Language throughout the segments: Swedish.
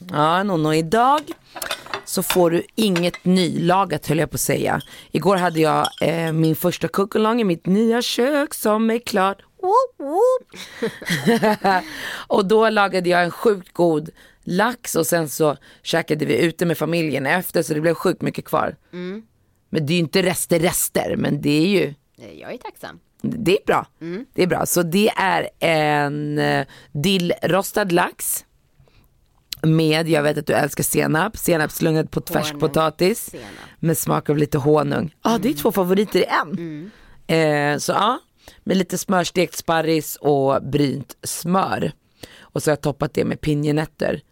Ja, Nonno, idag så får du inget nylagat, höll jag på att säga. Igår hade jag min första cook-along i mitt nya kök som är klart. Woop, woop. Och då lagade jag en sjukt god lax och sen så käkade vi ute med familjen efter, så det blev sjukt mycket kvar. Men det är ju inte rester, men det är ju... Jag är tacksam. Det är bra. Det är bra. Så det är en dillrostad lax med, jag vet att du älskar senap slungad på färskpotatis med smak av lite honung. Det är 2 favoriter i en. Så ja, med lite smörstekt sparris och brynt smör. Och så har jag toppat det med pinjenötter.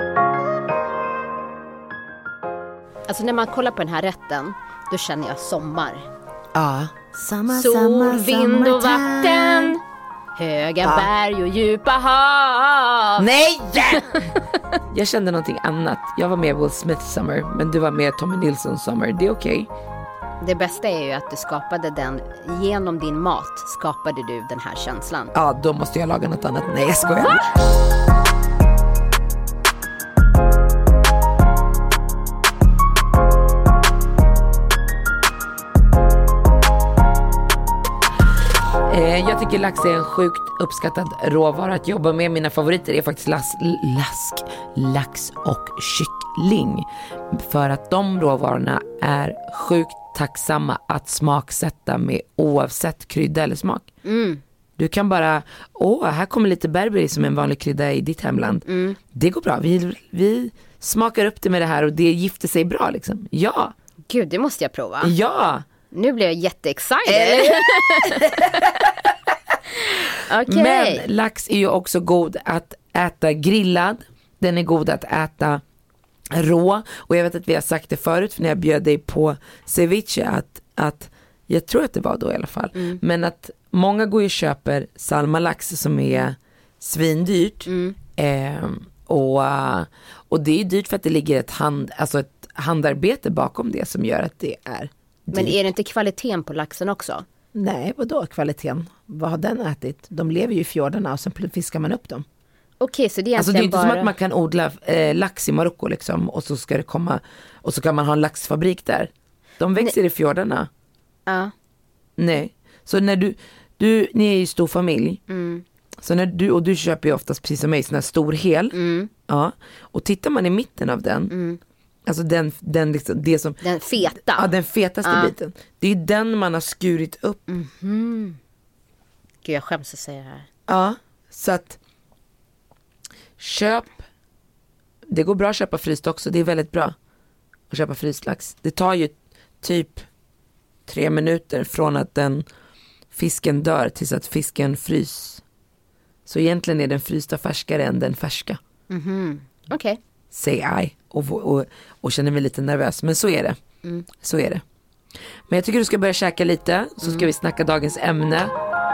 Alltså när man kollar på den här rätten, då känner jag sommar. Ja. Sol, vind och vatten, höga berg och djupa hav. Nej! Jag kände någonting annat. Jag var med Will Smith Summer, men du var med Tommy Nilsson Summer. Det är okej. Det bästa är ju att du skapade den, genom din mat skapade du den här känslan. Ja, då måste jag laga något annat. Nej, jag skojar. Va? Jag tycker lax är en sjukt uppskattad råvara att jobba med. Mina favoriter är faktiskt lax och kyckling. För att de råvarorna är sjukt tacksamma att smaksätta med oavsett krydda eller smak. Du kan bara, här kommer lite berberi som en vanlig krydda i ditt hemland. Det går bra. Vi smakar upp det med det här och det gifter sig bra liksom. Ja. Gud, det måste jag prova. Ja. Nu blir jag jätteexcited. Okay. Men lax är ju också god att äta grillad. Den är god att äta rå. Och jag vet att vi har sagt det förut, för när jag bjöd dig på ceviche att jag tror att det var då i alla fall. Men att många går och köper salmalax som är svindyrt. Och det är dyrt för att det ligger ett handarbete bakom det som gör att det är dyrt. Men är det inte kvaliteten på laxen också? Nej, vadå kvaliteten? Vad har den ätit? De lever ju i fjordarna och sen fiskar man upp dem. Okej, så det är alltså det är inte bara... som att man kan odla lax i Marocko liksom, och så ska det komma, och så kan man ha en laxfabrik där. De växer i fjordarna. Ja. Nej. Så när ni är ju stor familj. Så när du köper ju oftast, precis som mig, sån här stor hel. Ja. Och tittar man i mitten av den, alltså den liksom, det som den feta. Ja, den fetaste biten. Det är den man har skurit upp. Gud, jag skäms att säga det här. Ja, så att köp. Det går bra att köpa fryst också. Det är väldigt bra att köpa fryslax. Det tar ju typ 3 minuter från att fisken dör tills att fisken frys. Så egentligen är den frysta färskare än den färska. Okej. Säger I. Och känner mig lite nervös. Men så är det. Så är det. Men jag tycker du ska börja käka lite. Så ska vi snacka dagens ämne.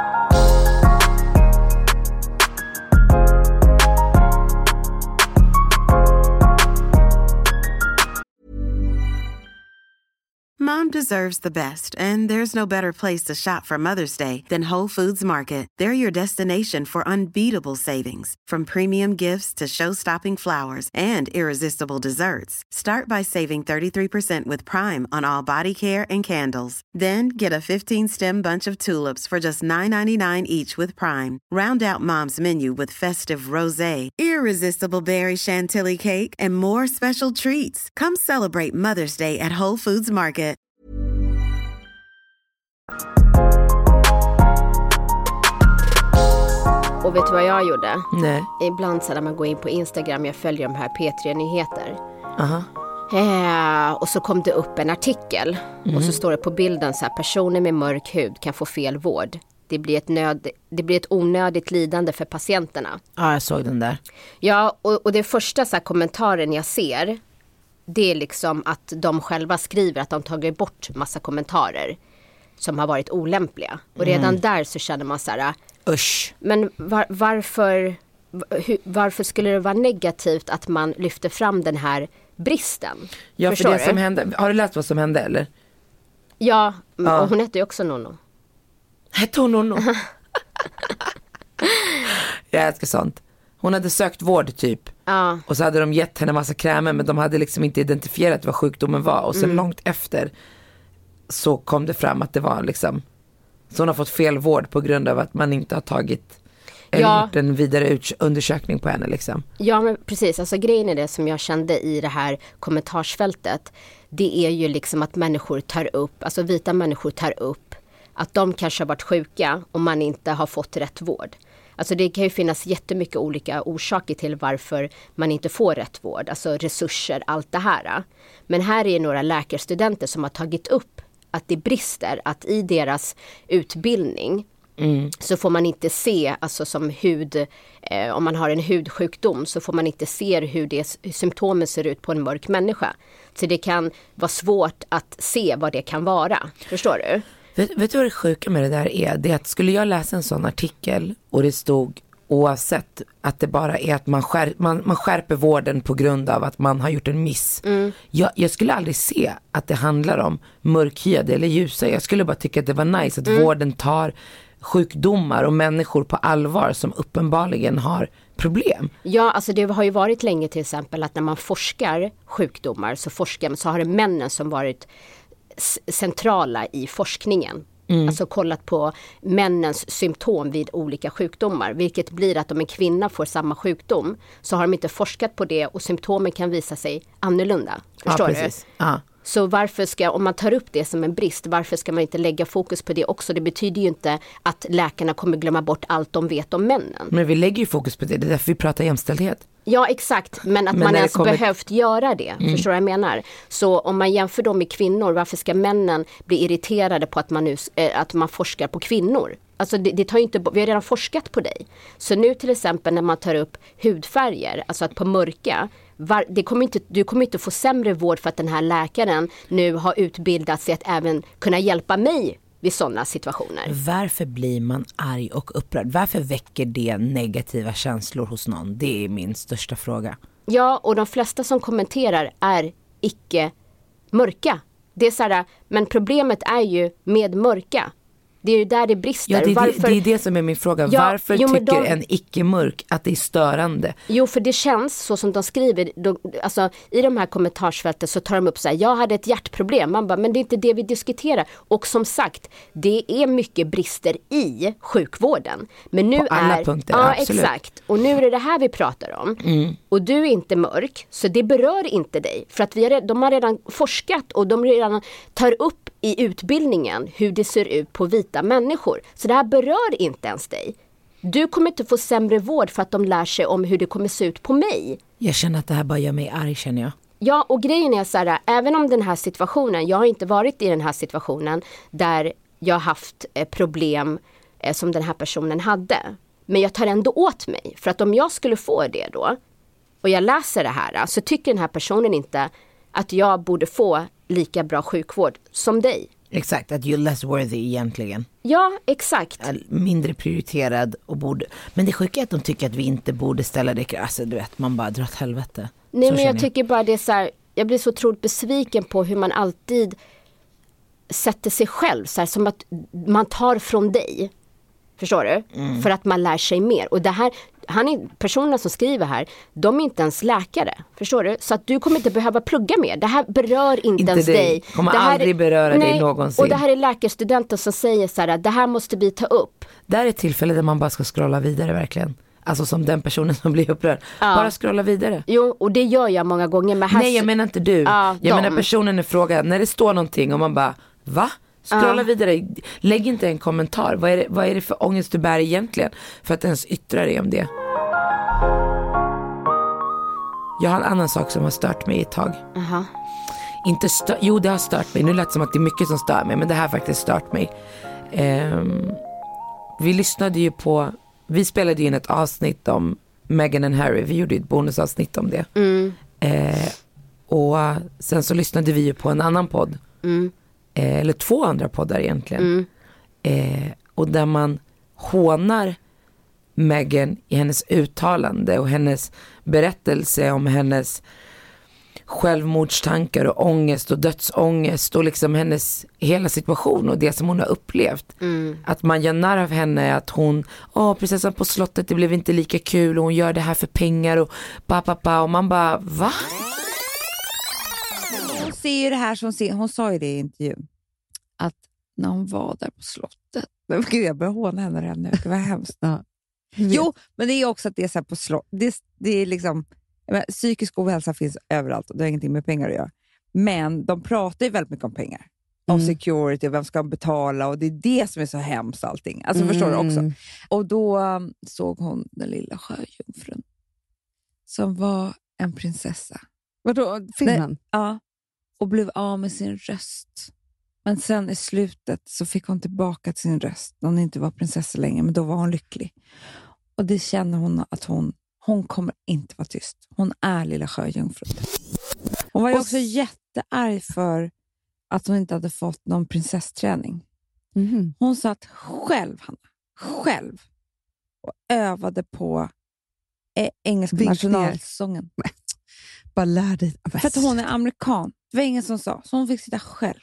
Mom deserves the best, and there's no better place to shop for Mother's Day than Whole Foods Market. They're your destination for unbeatable savings, from premium gifts to show-stopping flowers and irresistible desserts. Start by saving 33% with Prime on all body care and candles. Then get a 15-stem bunch of tulips for just $9.99 each with Prime. Round out Mom's menu with festive rosé, irresistible berry chantilly cake, and more special treats. Come celebrate Mother's Day at Whole Foods Market. Och vet du vad jag gjorde? Nej. Ibland så när man går in på Instagram, jag följer de här P3-nyheter. Och så kom det upp en artikel. Och så står det på bilden så här: personer med mörk hud kan få fel vård. Det blir ett onödigt lidande för patienterna. Ja, jag såg den där. Ja, och det första så här kommentaren jag ser, det är liksom att de själva skriver att de tagit bort massa kommentarer som har varit olämpliga. Och redan där så känner man så här: usch. Men varför skulle det vara negativt att man lyfter fram den här bristen? Ja, förstår för det du? som hände, har du läst vad som hände eller? Ja, och hon heter ju också Nonno. Hette hon Nonno? Jag älskar sånt. Hon hade sökt vård typ Och så hade de gett henne massa krämer, men de hade liksom inte identifierat vad sjukdomen var. Och sen långt efter så kom det fram att det var liksom, så hon har fått fel vård på grund av att man inte har tagit eller gjort en vidare undersökning på henne liksom. Ja, men precis. Alltså grejen är det som jag kände i det här kommentarsfältet. Det är ju liksom att människor tar upp, alltså vita människor tar upp att de kanske har varit sjuka och man inte har fått rätt vård. Alltså det kan ju finnas jättemycket olika orsaker till varför man inte får rätt vård. Alltså resurser, allt det här. Men här är några läkarstudenter som har tagit upp att det brister, att i deras utbildning så får man inte se, alltså som om man har en hudsjukdom så får man inte se hur symptomen ser ut på en mörk människa. Så det kan vara svårt att se vad det kan vara. Förstår du? Vet du vad det sjuka med det där är? Det är att skulle jag läsa en sån artikel och det stod oavsett att det bara är att man skärper vården på grund av att man har gjort en miss. Jag skulle aldrig se att det handlar om mörkhyade eller ljusa. Jag skulle bara tycka att det var nice att vården tar sjukdomar och människor på allvar som uppenbarligen har problem. Ja, alltså det har ju varit länge till exempel att när man forskar sjukdomar så har det männen som varit centrala i forskningen. Alltså kollat på männens symptom vid olika sjukdomar. Vilket blir att om en kvinna får samma sjukdom så har de inte forskat på det och symptomen kan visa sig annorlunda. Förstår du? Ja. Så om man tar upp det som en brist, varför ska man inte lägga fokus på det också? Det betyder ju inte att läkarna kommer glömma bort allt de vet om männen. Men vi lägger ju fokus på det, det är därför vi pratar jämställdhet. Ja, exakt. Men att man ens behövt göra det. Förstår du vad jag menar? Så om man jämför dem med kvinnor, varför ska männen bli irriterade på att man forskar på kvinnor? Alltså det tar ju inte, vi har redan forskat på dig. Så nu till exempel när man tar upp hudfärger, alltså att på mörka, du kommer inte få sämre vård för att den här läkaren nu har utbildat sig att även kunna hjälpa mig vid sådana situationer. Varför blir man arg och upprörd? Varför väcker det negativa känslor hos någon? Det är min största fråga. Ja, och de flesta som kommenterar är icke mörka. Det är så här, men problemet är ju med mörka. Det är ju där det brister. Ja, det är det som är min fråga. Ja, varför tycker en icke-mörk att det är störande? Jo, för det känns så som de skriver. Alltså, i de här kommentarsfälten så tar de upp så här, jag hade ett hjärtproblem. Man bara, men det är inte det vi diskuterar. Och som sagt, det är mycket brister i sjukvården. Men nu på alla punkter, ja, absolut. Exakt. Och nu är det här vi pratar om. Och du är inte mörk, så det berör inte dig. För att de har redan forskat och de redan tar upp i utbildningen hur det ser ut på vita människor. Så det här berör inte ens dig. Du kommer inte få sämre vård för att de lär sig om hur det kommer se ut på mig. Jag känner att det här bara gör mig arg, känner jag. Ja, och grejen är så här, även om den här situationen, jag har inte varit i den här situationen där jag har haft problem som den här personen hade. Men jag tar ändå åt mig. För att om jag skulle få det då, och jag läser det här, så tycker den här personen inte att jag borde få lika bra sjukvård som dig. Exakt, att you're less worthy egentligen. Ja, exakt. Mindre prioriterad och borde. Men det sjuka är att de tycker att vi inte borde ställa det. Alltså du vet, man bara drar åt helvete. Nej, men jag tycker bara det är så här, jag blir så otroligt besviken på hur man alltid sätter sig själv så här, som att man tar från dig. Förstår du? För att man lär sig mer. Och det här, personerna som skriver här, de är inte ens läkare. Förstår du? Så att du kommer inte behöva plugga mer. Det här berör inte ens dig. Kommer aldrig beröra dig någonsin. Och det här är läkarstudenter som säger så här, det här måste vi ta upp. Det här är ett tillfälle där man bara ska scrolla vidare verkligen. Alltså som den personen som blir upprörd. Ja. Bara scrolla vidare. Jo, och det gör jag många gånger. Men nej, jag menar inte du. Jag menar personen i fråga. När det står någonting och man bara, va? Scrolla vidare, lägg inte en kommentar. Vad är det för ångest du bär egentligen för att ens yttra dig om det? Jag har en annan sak som har stört mig ett tag. Jo, det har stört mig. Nu lät det som att det är mycket som stör mig, men det här har faktiskt stört mig. Vi spelade ju in ett avsnitt om Meghan and Harry. Vi gjorde ett bonusavsnitt om det. Och sen så lyssnade vi ju på en annan podd. Eller 2 andra poddar egentligen. Och där man hånar Meghan i hennes uttalande och hennes berättelse om hennes självmordstankar och ångest och dödsångest och liksom hennes hela situation och det som hon har upplevt. Att man gör narr av henne, att hon, prinsessan på slottet, det blev inte lika kul och hon gör det här för pengar och och man bara, va? Hon ser ju det här som hon sa ju det i intervjun, att när hon var där på slottet, men gud, jag börjar håna henne redan nu, det var hemskt. Jo, men det är också att det är så här på slott, det är liksom, psykisk ohälsa finns överallt och det har ingenting med pengar att göra. Men de pratar ju väldigt mycket om pengar. Om security och vem ska betala, och det är det som är så hemskt allting. Alltså förstår du också. Och då såg hon den lilla sjöjungfrun som var en prinsessa. Vadå, filmen? Ja, och blev av med sin röst. Men sen i slutet så fick hon tillbaka till sin röst. Hon inte var prinsessa längre, men då var hon lycklig. Och det känner hon att hon kommer inte vara tyst. Hon är lilla sjöjungfrun. Hon var ju också jättearg för att hon inte hade fått någon prinsessträning. Hon satt själv och övade på engelska nationalsången. Bara lär dig. För att hon är amerikan. Det var ingen som sa. Så hon fick sitta själv.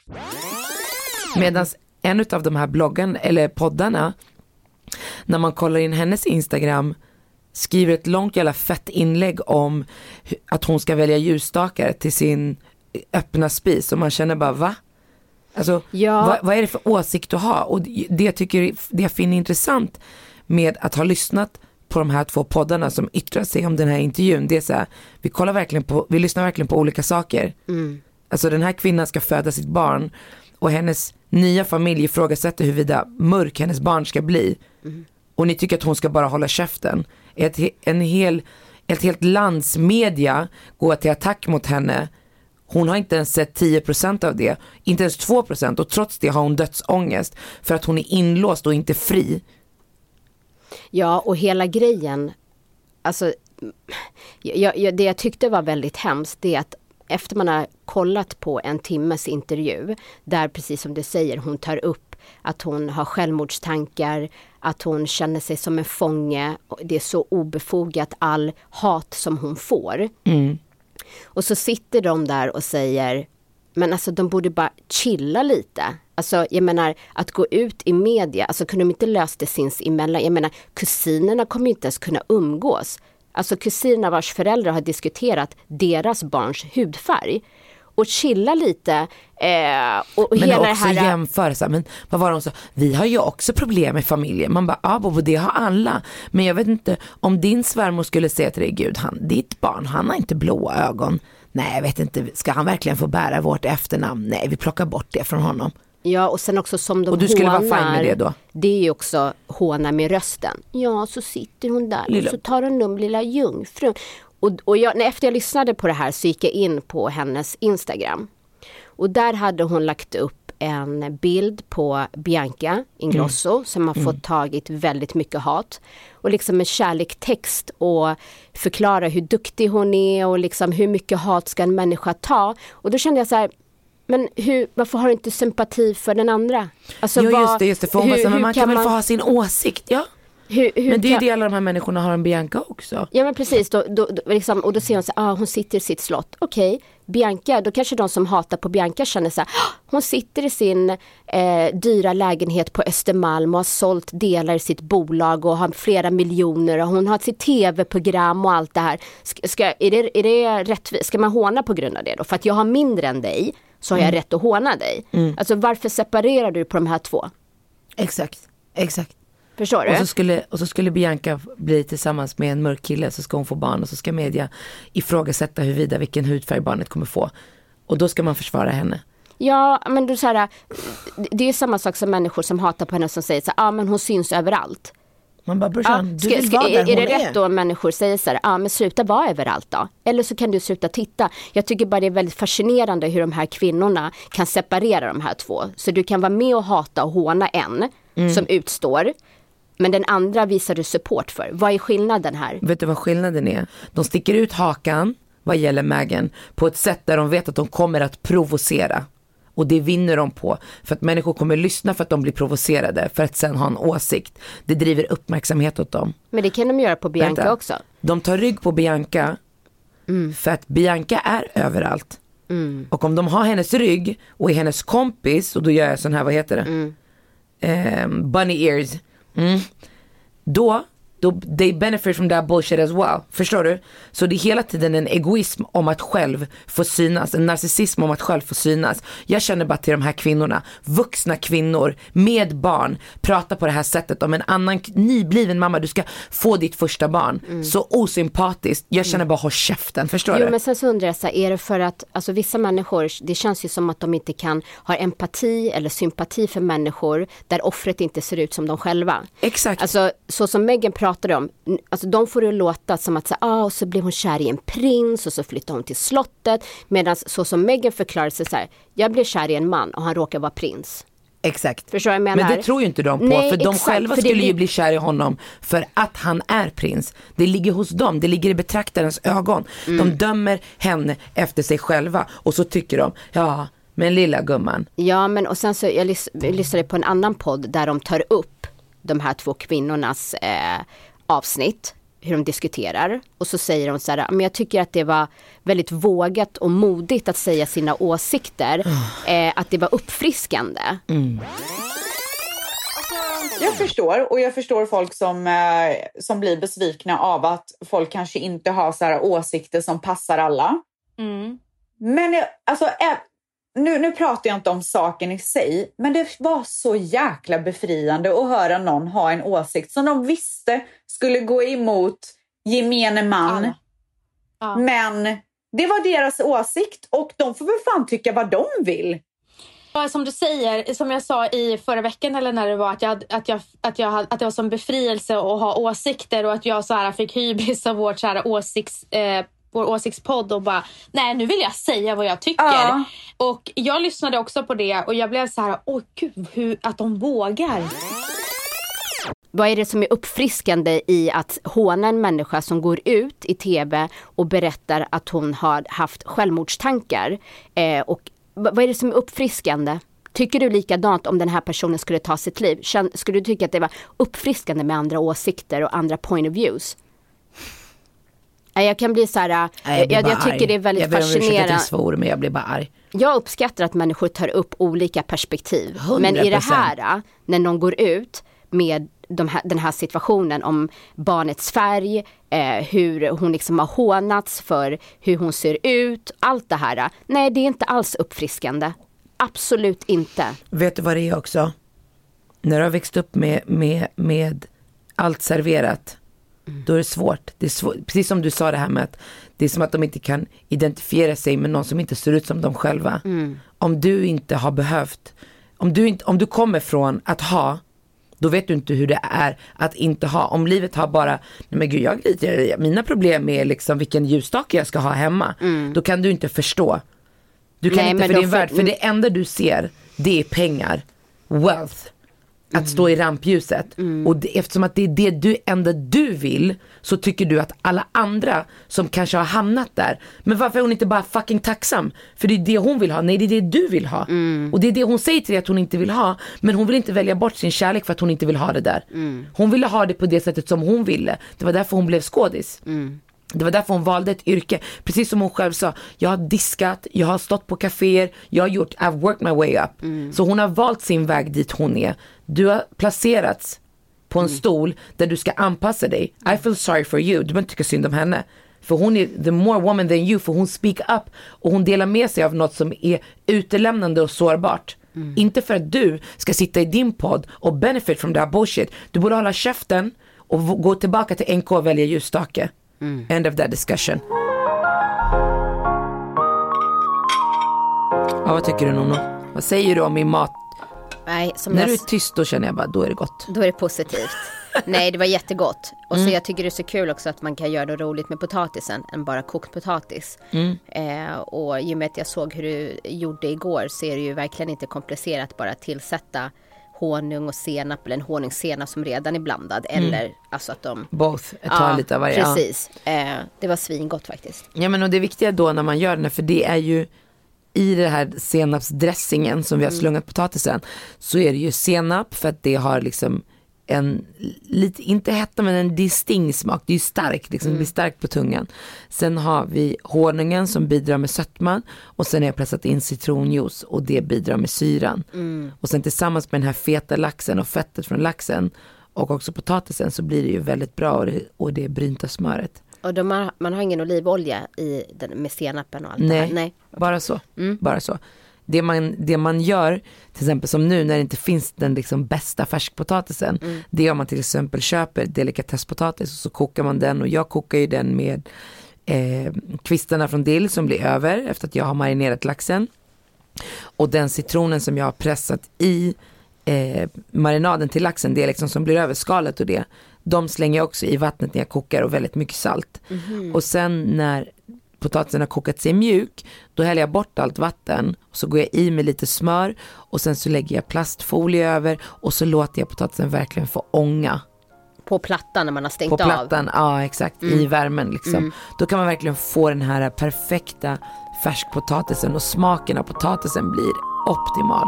Medan en av de här bloggarna eller poddarna, när man kollar in hennes Instagram, skriver ett långt jävla fett inlägg om att hon ska välja ljusstakar till sin öppna spis, och man känner bara, va? Alltså, vad är det för åsikt att ha? Och det jag finner intressant med att ha lyssnat på de här två poddarna som yttrar sig om den här intervjun, det är så här, vi lyssnar verkligen på olika saker. Alltså den här kvinnan ska föda sitt barn och hennes nya familj ifrågasätter huruvida mörk hennes barn ska bli. Och ni tycker att hon ska bara hålla käften. Ett helt lands media går till attack mot henne. Hon har inte ens sett 10% av det, inte ens 2%, och trots det har hon dödsångest för att hon är inlåst och inte fri. Ja, och hela grejen, alltså det jag tyckte var väldigt hemskt, det är att efter man har kollat på en timmes intervju, där precis som du säger, hon tar upp att hon har självmordstankar, att hon känner sig som en fånge, det är så obefogat all hat som hon får. Och så sitter de där och säger, men alltså de borde bara chilla lite. Alltså jag menar, att gå ut i media, alltså kunde de inte lösa det sinsemellan? Jag menar, kusinerna kommer inte ens kunna umgås. Alltså kusinerna vars föräldrar har diskuterat deras barns hudfärg. Och chilla lite. Och men hela också det här jämföra. Men vad var de så? Vi har ju också problem i familjen. Man bara, Bobo, det har alla. Men jag vet inte, om din svärmor skulle säga till dig, Gud, ditt barn, han har inte blåa ögon. Nej, jag vet inte, ska han verkligen få bära vårt efternamn? Nej, vi plockar bort det från honom. Ja, och sen också som de och du skulle vara fine med det då? Det är ju också håna med rösten. Ja, så sitter hon där och så tar hon om lilla jungfrun. Och efter jag lyssnade på det här så gick jag in på hennes Instagram. Och där hade hon lagt upp en bild på Bianca Ingrosso som har fått tagit väldigt mycket hat. Och liksom en kärlektext och förklara hur duktig hon är och liksom hur mycket hat ska en människa ta. Och då kände jag så här, men varför har du inte sympati för den andra? Alltså, just det. Men man kan väl få ha sin åsikt, ja. Men det är ju det alla de här människorna har en Bianca också. Ja, men precis. Liksom, och då ser hon så här, hon sitter i sitt slott. Okej, Bianca, då kanske de som hatar på Bianca känner så här, hon sitter i sin dyra lägenhet på Östermalm och har sålt delar i sitt bolag och har flera miljoner och hon har sitt tv-program och allt det här. Är det rättvist? Ska man håna på grund av det då? För att jag har mindre än dig så har jag rätt att håna dig. Alltså varför separerar du på de här två? Exakt. Förstår du? Och så skulle Bianca bli tillsammans med en mörk kille, så ska hon få barn och så ska media ifrågasätta huruvida vilken hudfärg barnet kommer få. Och då ska man försvara henne. Ja, men du så här, det är samma sak som människor som hatar på henne som säger så här, men hon syns överallt. Man bara, brorsan, du vill vara där hon är. Är det rätt då om människor säger så här, men sluta vara överallt då? Eller så kan du sluta titta. Jag tycker bara det är väldigt fascinerande hur de här kvinnorna kan separera de här två. Så du kan vara med och hata och håna en som utstår. Men den andra visar du support för. Vad är skillnaden här? Vet du vad skillnaden är? De sticker ut hakan vad gäller Meghan på ett sätt där de vet att de kommer att provocera. Och det vinner de på. För att människor kommer lyssna för att de blir provocerade. För att sen ha en åsikt. Det driver uppmärksamhet åt dem. Men det kan de göra på Bianca också. De tar rygg på Bianca. För att Bianca är överallt. Och om de har hennes rygg och är hennes kompis, och då gör jag sån här, vad heter det? Bunny ears. Då they benefit from that bullshit as well. Förstår du? Så det är hela tiden en egoism om att själv få synas. En narcissism om att själv få synas. Jag känner bara till de här kvinnorna. Vuxna kvinnor med barn pratar på det här sättet om en annan nybliven mamma. Du ska få ditt första barn. Så osympatiskt. Jag känner bara håll käften. Förstår du? Jo, men sen så undrar jag så här, är det för att alltså, vissa människor, det känns ju som att de inte ha empati eller sympati för människor där offret inte ser ut som de själva. Exakt. Alltså så som Meghan pratar om, alltså de får det låta som att och så blev hon kär i en prins och så flyttade hon till slottet, medan så som Meghan förklarade sig så här, jag blev kär i en man och han råkar vara prins. Exakt. Förstår jag menar? Men det tror ju inte de på. Nej, för de exakt, själva för skulle ju bli kär i honom för att han är prins. Det ligger hos dem. Det ligger i betraktarens ögon. De dömer henne efter sig själva. Och så tycker de, ja, men lilla gumman. Ja, men och sen så jag lyssnade på en annan podd där de tar upp de här två kvinnornas avsnitt, hur de diskuterar, och så säger de så här, men jag tycker att det var väldigt vågat och modigt att säga sina åsikter, att det var uppfriskande. Jag förstår, och jag förstår folk som blir besvikna av att folk kanske inte har så här åsikter som passar alla. Men nu pratar jag inte om saken i sig, men det var så jäkla befriande att höra någon ha en åsikt som de visste skulle gå emot gemene man. Ja. Men det var deras åsikt och de får väl fan tycka vad de vill. Som du säger, som jag sa i förra veckan eller när det var att det var som befrielse att ha åsikter, och att jag så här fick hybris av vårt så här vår åsiktspodd och bara, nej, nu vill jag säga vad jag tycker. Ja. Och jag lyssnade också på det och jag blev så här, åh gud, att de vågar. Vad är det som är uppfriskande i att håna en människa som går ut i tv och berättar att hon har haft självmordstankar? Och vad är det som är uppfriskande? Tycker du likadant om den här personen skulle ta sitt liv? Skulle du tycka att det var uppfriskande med andra åsikter och andra point of views? Jag kan bli så här, jag tycker det är väldigt fascinerande. Jag svor, men jag blir bara arg. Jag uppskattar att människor tar upp olika perspektiv. 100%. Men i det här, när någon går ut med den här situationen om barnets färg, hur hon liksom har hånats för hur hon ser ut, allt det här. Nej, det är inte alls uppfriskande. Absolut inte. Vet du vad det är också? När du har växt upp med allt serverat, då är det svårt. Precis som du sa det här med att det är som att de inte kan identifiera sig med någon som inte ser ut som de själva. Om du inte har behövt, om du kommer från att ha, då vet du inte hur det är att inte ha. Om livet har bara, nej men gud, mina problem är liksom vilken ljusstake jag ska ha hemma. Då kan du inte förstå. Du kan inte för din värld, för det enda du ser, det är pengar, wealth. Att stå i rampljuset. Och eftersom att det är det enda du vill, så tycker du att alla andra som kanske har hamnat där, men varför är hon inte bara fucking tacksam? För det är det hon vill ha. Nej, det är det du vill ha. Och det är det hon säger till dig att hon inte vill ha. Men hon vill inte välja bort sin kärlek för att hon inte vill ha det där. Hon ville ha det på det sättet som hon ville. Det var därför hon blev skådis. Det var därför hon valde ett yrke. Precis som hon själv sa, jag har diskat, jag har stått på kaféer, I've worked my way up. Så hon har valt sin väg dit hon är. Du har placerats på en stol där du ska anpassa dig. I feel sorry for you. Du behöver inte tycka synd om henne. För hon är the more woman than you. För hon speak up och hon delar med sig av något som är utelämnande och sårbart. Inte för att du ska sitta i din podd och benefit from that bullshit. Du borde hålla käften och gå tillbaka till NK och välja ljusstake. End of that discussion. Ja, vad tycker du, Nono? Vad säger du om min mat? Nej, när du är tyst, då känner jag bara, då är det gott. Då är det positivt. Nej, det var jättegott. Och så jag tycker det är så kul också att man kan göra det roligt med potatisen än bara kokt potatis. Och i och med att jag såg hur du gjorde igår, så är det ju verkligen inte komplicerat bara att tillsätta honung och senap, eller en honungssenap som redan är blandad, eller alltså att de both, ta lite av varje. Precis. Det var svingott faktiskt. Ja, men och det viktiga då när man gör det, för det är ju i det här senapsdressingen som vi har slungat potatisen, så är det ju senap för att det har liksom en lite, inte hetta men en distinkt smak. Det är ju starkt, liksom. Det blir starkt på tungan. Sen har vi honungen som bidrar med sötman, och sen har jag pressat in citronjuice och det bidrar med syran. Och sen tillsammans med den här feta laxen och fettet från laxen och också potatisen så blir det ju väldigt bra, och det brynta smöret. Och man har ingen olivolja i den med senapen och allt det här? Nej, bara så. Bara så. Det man gör, till exempel som nu när det inte finns den liksom bästa färskpotatisen, det är om man till exempel köper delikatesspotatis och så kokar man den, och jag kokar ju den med kvistarna från dill som blir över efter att jag har marinerat laxen, och den citronen som jag har pressat i marinaden till laxen, det är liksom som blir över skalet, och de slänger jag också i vattnet när jag kokar, och väldigt mycket salt. Och sen när potatisen har kokat sig mjuk, då häller jag bort allt vatten och så går jag i med lite smör, och sen så lägger jag plastfolie över, och så låter jag potatisen verkligen få ånga. På plattan när man har stängt av? På plattan, ja exakt, i värmen liksom. Då kan man verkligen få den här perfekta färskpotatisen, och smaken av potatisen blir optimal.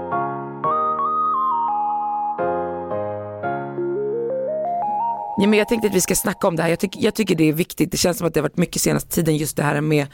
Ja, men jag tänkte att vi ska snacka om det här. Jag tycker det är viktigt. Det känns som att det har varit mycket senaste tiden just det här med,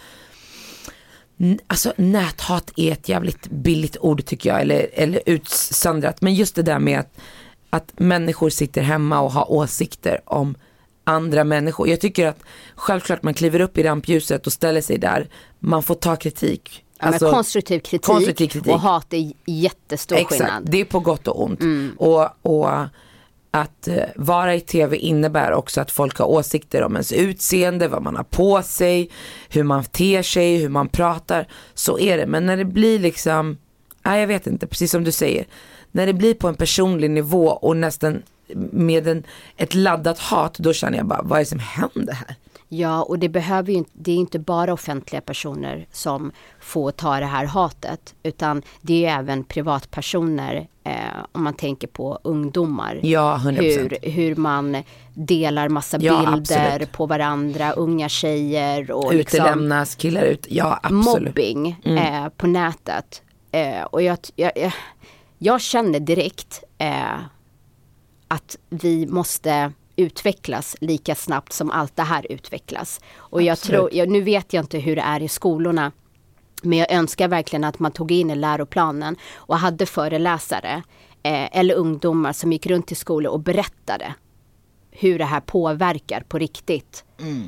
alltså näthat är ett jävligt billigt ord tycker jag, eller utsöndrat, men just det där med att människor sitter hemma och har åsikter om andra människor. Jag tycker att självklart man kliver upp i rampljuset och ställer sig där. Man får ta kritik. Ja, alltså, konstruktiv kritik och hat är jättestor skillnad. Exakt, det är på gott och ont. Och att vara i tv innebär också att folk har åsikter om ens utseende, vad man har på sig, hur man ter sig, hur man pratar. Så är det. Men när det blir liksom, jag vet inte, precis som du säger, när det blir på en personlig nivå och nästan med ett laddat hat, då känner jag bara, vad är det som händer här? Ja, och det är inte bara offentliga personer som får ta det här hatet, utan det är även privatpersoner, om man tänker på ungdomar. Ja, 100%. Hur man delar massa bilder på varandra, unga tjejer och utelämnas, liksom, killar ut. Ja, absolut. Mobbing på nätet. Och jag känner direkt att vi måste utvecklas lika snabbt som allt det här utvecklas. Och jag tror, nu vet jag inte hur det är i skolorna, men jag önskar verkligen att man tog in i läroplanen och hade föreläsare eller ungdomar som gick runt i skolor och berättade hur det här påverkar på riktigt.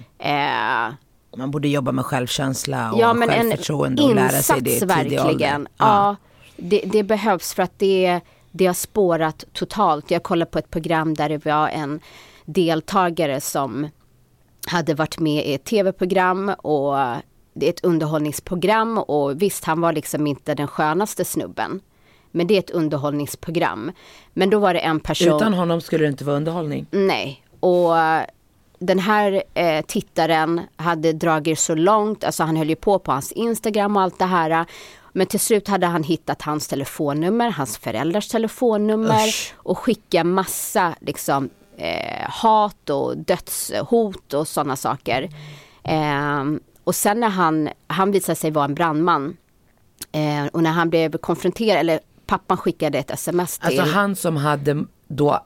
Man borde jobba med självkänsla och självförtroende och lära sig det i tidig ålder. Ja, det behövs, för att det har spårat totalt. Jag kollade på ett program där det var en deltagare som hade varit med i ett tv-program, och det är ett underhållningsprogram, och visst, han var liksom inte den skönaste snubben, men det är ett underhållningsprogram. Men då var det en person... Utan honom skulle det inte vara underhållning. Nej, och den här tittaren hade dragit så långt, alltså han höll ju på hans Instagram och allt det här, men till slut hade han hittat hans telefonnummer, hans föräldrars telefonnummer, och skicka massa liksom hat och dödshot och sådana saker. Och sen när han visade sig vara en brandman, och när han blev konfronterad, eller pappan skickade ett sms till... Alltså han som hade då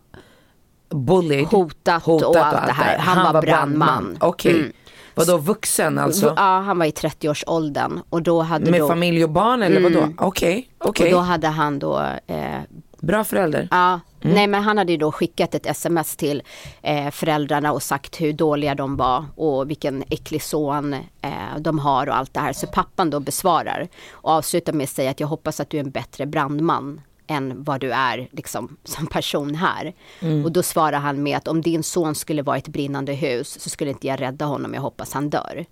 hotat och allt det här. Han var brandman. Okej. Vadå, vuxen alltså? Ja, han var i 30-årsåldern. Och då hade med familj och barn eller vadå? Okej. Och då hade han då... bra förälder. Ja, nej, men han hade ju då skickat ett sms till föräldrarna och sagt hur dåliga de var och vilken äcklig son de har och allt det här. Så pappan då besvarar och avslutar med att säga att jag hoppas att du är en bättre brandman än vad du är liksom, som person här. Och då svarar han med att om din son skulle vara i ett brinnande hus så skulle inte jag rädda honom, jag hoppas han dör.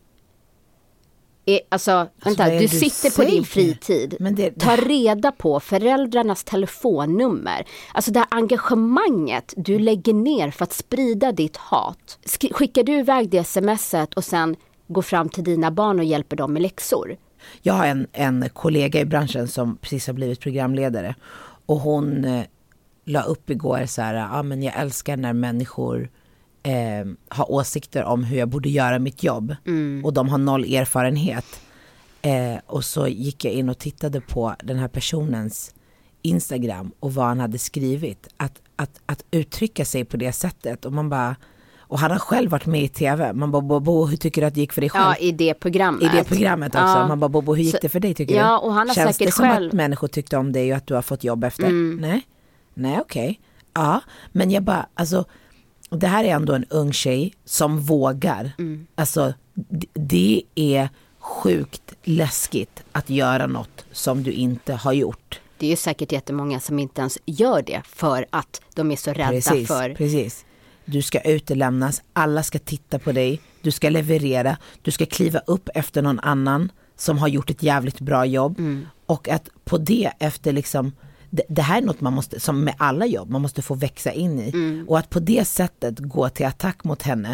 Alltså vänta, du sitter på din fritid, ta reda på föräldrarnas telefonnummer. Alltså det här engagemanget du lägger ner för att sprida ditt hat. Skickar du iväg det smset och sen går fram till dina barn och hjälper dem med läxor? Jag har en kollega i branschen som precis har blivit programledare, och hon la upp igår så här, men jag älskar när människor har åsikter om hur jag borde göra mitt jobb, och de har noll erfarenhet. Och så gick jag in och tittade på den här personens Instagram och vad han hade skrivit, att uttrycka sig på det sättet. Och man bara, och han har själv varit med i tv. Man bara, Bobo, hur tycker du att det gick för dig själv? Ja, i det programmet. I det programmet också. Ja. Man bara, Bobo, hur gick det för dig tycker du? Ja, och han har Känns säkert det som själv... att människor tyckte om dig och att du har fått jobb efter? Nej, okej. Ja, men jag bara, alltså, det här är ändå en ung tjej som vågar. Alltså, det är sjukt läskigt att göra något som du inte har gjort. Det är ju säkert jättemånga som inte ens gör det för att de är så rädda för... Precis. Du ska utelämnas, alla ska titta på dig, du ska leverera, du ska kliva upp efter någon annan som har gjort ett jävligt bra jobb. Och att på det efter liksom, det här är något man måste, som med alla jobb, man måste få växa in i. Och att på det sättet gå till attack mot henne,